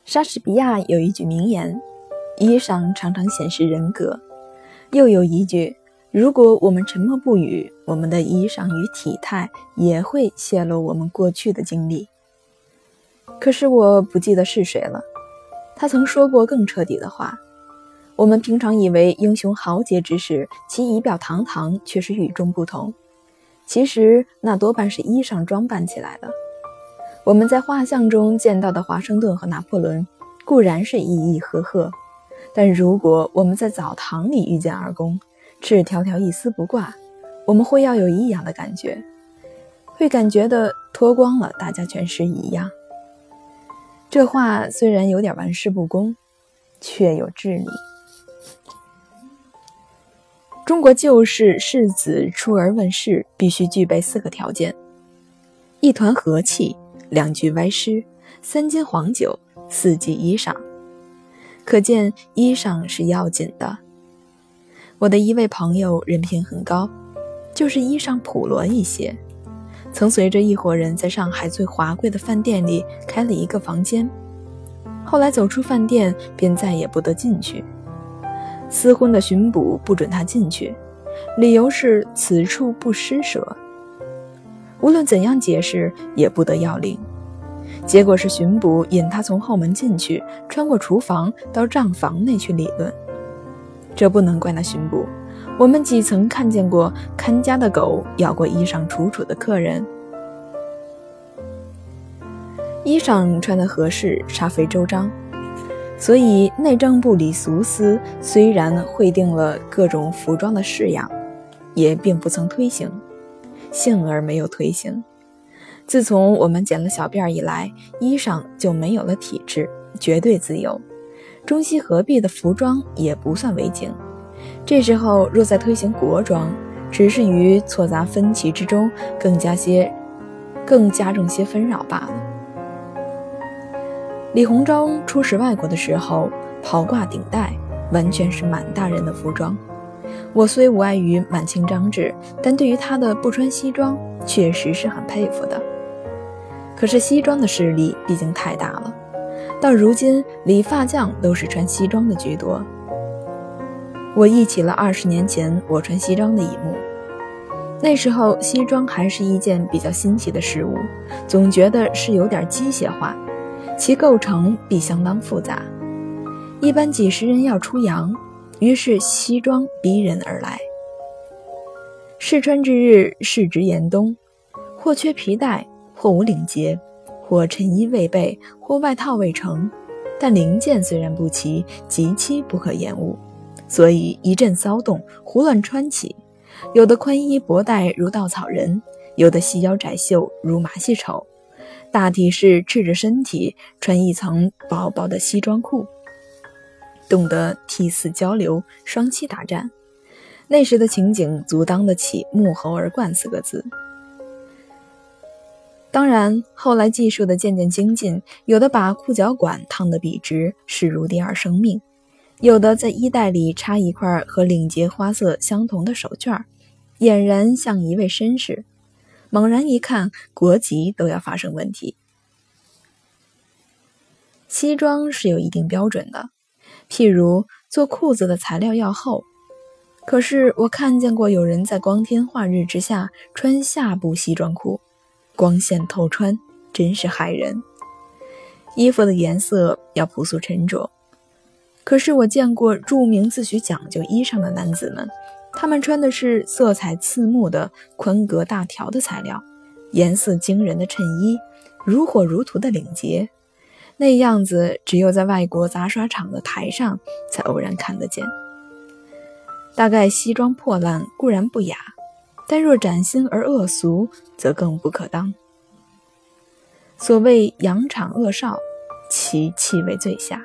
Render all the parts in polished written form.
莎士比亚有一句名言，衣裳常常显示人格。又有一句，如果我们沉默不语，我们的衣裳与体态也会泄露我们过去的经历。可是我不记得是谁了，他曾说过更彻底的话。我们平常以为英雄豪杰之士，其仪表堂堂，却是与众不同。其实那多半是衣裳装扮起来的。我们在画像中见到的华盛顿和拿破仑固然是熠熠赫赫，但如果我们在澡堂里遇见二公，赤条条一丝不挂，我们会要有异样的感觉，会感觉的脱光了大家全是一样。这话虽然有点玩世不恭，却有至理。中国旧式士子出而问世必须具备4个条件：一团和气，2句歪诗，3斤黄酒，4季衣裳。可见衣裳是要紧的。我的一位朋友人品很高，就是衣裳普罗一些，曾随着一伙人在上海最华贵的饭店里开了一个房间，后来走出饭店便再也不得进去。私婚的巡捕不准他进去，理由是此处不施舍。无论怎样解释也不得要领，结果是巡捕引他从后门进去，穿过厨房到账房内去理论。这不能怪那巡捕，我们几曾看见过看家的狗咬过衣裳楚楚的客人。衣裳穿得合适，煞非周章，所以内政部里俗司虽然会定了各种服装的式样，也并不曾推行，幸而没有推行。自从我们剪了小辫以来，衣裳就没有了体制，绝对自由，中西合璧的服装也不算违禁。这时候若再推行国装，只是于错杂分歧之中更加重些纷扰罢了。李鸿章出使外国的时候，袍挂顶戴，完全是满大人的服装。我虽无碍于满清章制，但对于他的不穿西装确实是很佩服的。可是西装的势力毕竟太大了，到如今理发匠都是穿西装的居多。我忆起了20年前我穿西装的一幕，那时候西装还是一件比较新奇的事物，总觉得是有点机械化，其构成必相当复杂，一般几十人要出洋，于是西装逼人而来。试穿之日，试值严冬，或缺皮带，或无领结，或衬衣未备，或外套未成，但零件虽然不齐，极其不可延误，所以一阵骚动，胡乱穿起。有的宽衣薄带如稻草人，有的细腰窄袖如马戏丑，大体是赤着身体穿一层薄薄的西装裤，懂得涕泗交流，双栖打战。那时的情景足当得起沐猴而冠4个字。当然后来技术的渐渐精进，有的把裤脚管烫得笔直，视如第二生命，有的在衣带里插一块和领结花色相同的手绢，俨然像一位绅士。猛然一看，国籍都要发生问题。西装是有一定标准的，譬如做裤子的材料要厚，可是我看见过有人在光天化日之下穿下部西装裤，光线透穿，真是骇人。衣服的颜色要朴素沉着，可是我见过著名自诩讲究衣裳的男子们，他们穿的是色彩刺目的宽格大条的材料，颜色惊人的衬衣，如火如荼的领结，那样子只有在外国杂耍场的台上才偶然看得见。大概西装破烂固然不雅，但若崭新而恶俗，则更不可当。所谓扬场恶少，其气为最下。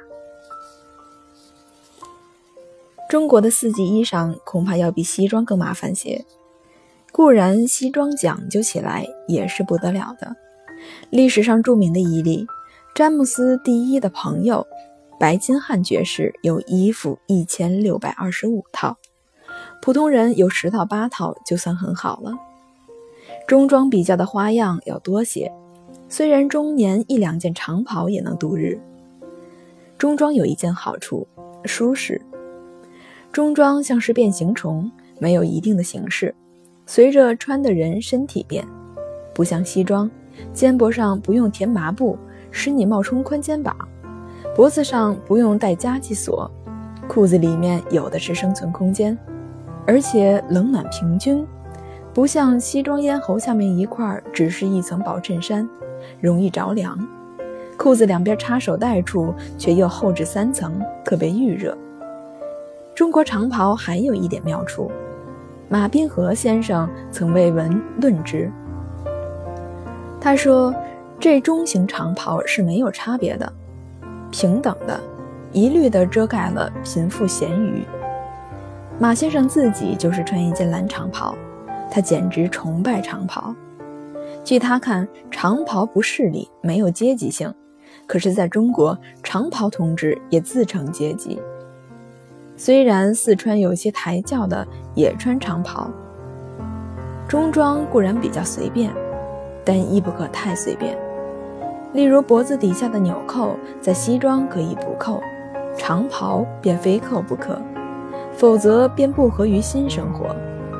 中国的4季衣裳恐怕要比西装更麻烦些。固然西装讲究起来也是不得了的。历史上著名的一例，詹姆斯第一的朋友白金汉爵士有衣服1625套，普通人有10套8套就算很好了。中装比较的花样要多些，虽然中年1-2件长袍也能度日。 中装有一件好处，舒适。中装像是变形虫，没有一定的形式，随着穿的人身体变，不像西装，肩膊上不用填麻布，使你冒充宽肩膀，脖子上不用带夹击锁，裤子里面有的是生存空间，而且冷暖平均，不像西装咽喉下面一块只是一层薄衬衫，容易着凉，裤子两边插手带处却又厚至3层，特别预热。中国长袍还有一点妙处，马宾和先生曾为文论之。他说，这中型长袍是没有差别的，平等的，一律的遮盖了贫富咸愚。马先生自己就是穿一件蓝长袍，他简直崇拜长袍。据他看，长袍不势利，没有阶级性，可是在中国，长袍同志也自成阶级。虽然四川有些抬轿的也穿长袍，中装固然比较随便，但亦不可太随便。例如脖子底下的纽扣，在西装可以不扣，长袍便非扣不可，否则便不合于新生活。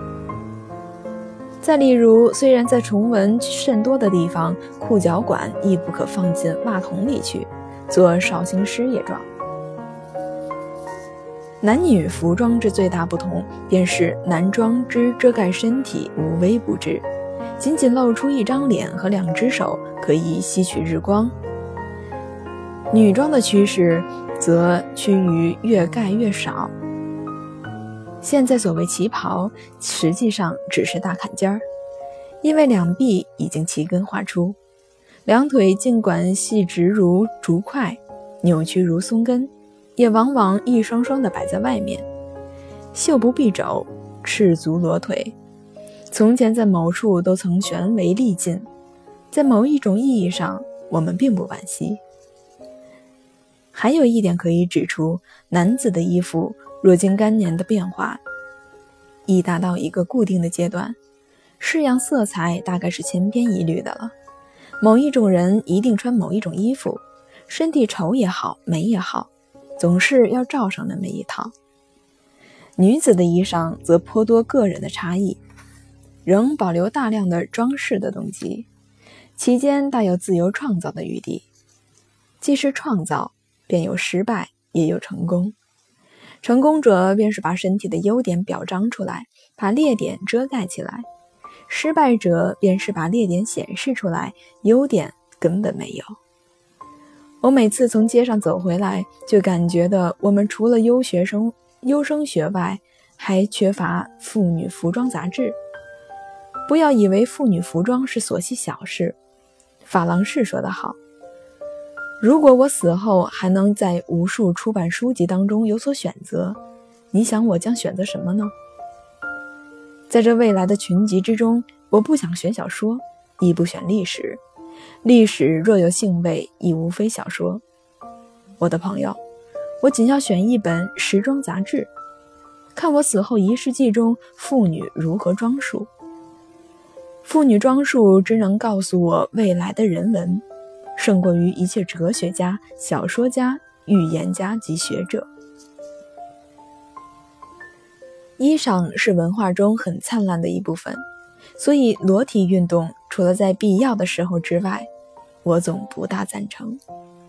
再例如，虽然在虫蚊甚多的地方，裤脚管亦不可放进袜筒里去，做绍兴师爷状。男女服装之最大不同，便是男装之遮盖身体无微不至，仅仅露出一张脸和2只手，可以吸取日光。女装的趋势则趋于越盖越少。现在所谓旗袍，实际上只是大坎肩儿，因为两臂已经齐根画出，两腿尽管细直如竹块，扭曲如松根，也往往一双双地摆在外面，袖不蔽肘，赤足裸腿。从前在某处都曾悬为利尽，在某一种意义上，我们并不惋惜。还有一点可以指出，男子的衣服若经干年的变化，已达到一个固定的阶段，式样色彩大概是千篇一律的了。某一种人一定穿某一种衣服，身体丑也好，美也好，总是要照上那么一套。女子的衣裳则颇多个人的差异，仍保留大量的装饰的动机，其间大有自由创造的余地。既是创造，便有失败，也有成功。成功者便是把身体的优点表彰出来，把劣点遮盖起来；失败者便是把劣点显示出来，优点根本没有。我每次从街上走回来，就感觉到我们除了优生学外，还缺乏妇女服装杂志。不要以为妇女服装是琐细小事，法郎士说得好，如果我死后还能在无数出版书籍当中有所选择，你想我将选择什么呢？在这未来的群集之中，我不想选小说，亦不选历史，历史若有兴味，亦无非小说。我的朋友，我仅要选一本时装杂志，看我死后1世纪中妇女如何装束。妇女装束只能告诉我未来的人文，胜过于一切哲学家、小说家、预言家及学者。衣裳是文化中很灿烂的一部分，所以裸体运动除了在必要的时候之外，我总不大赞成。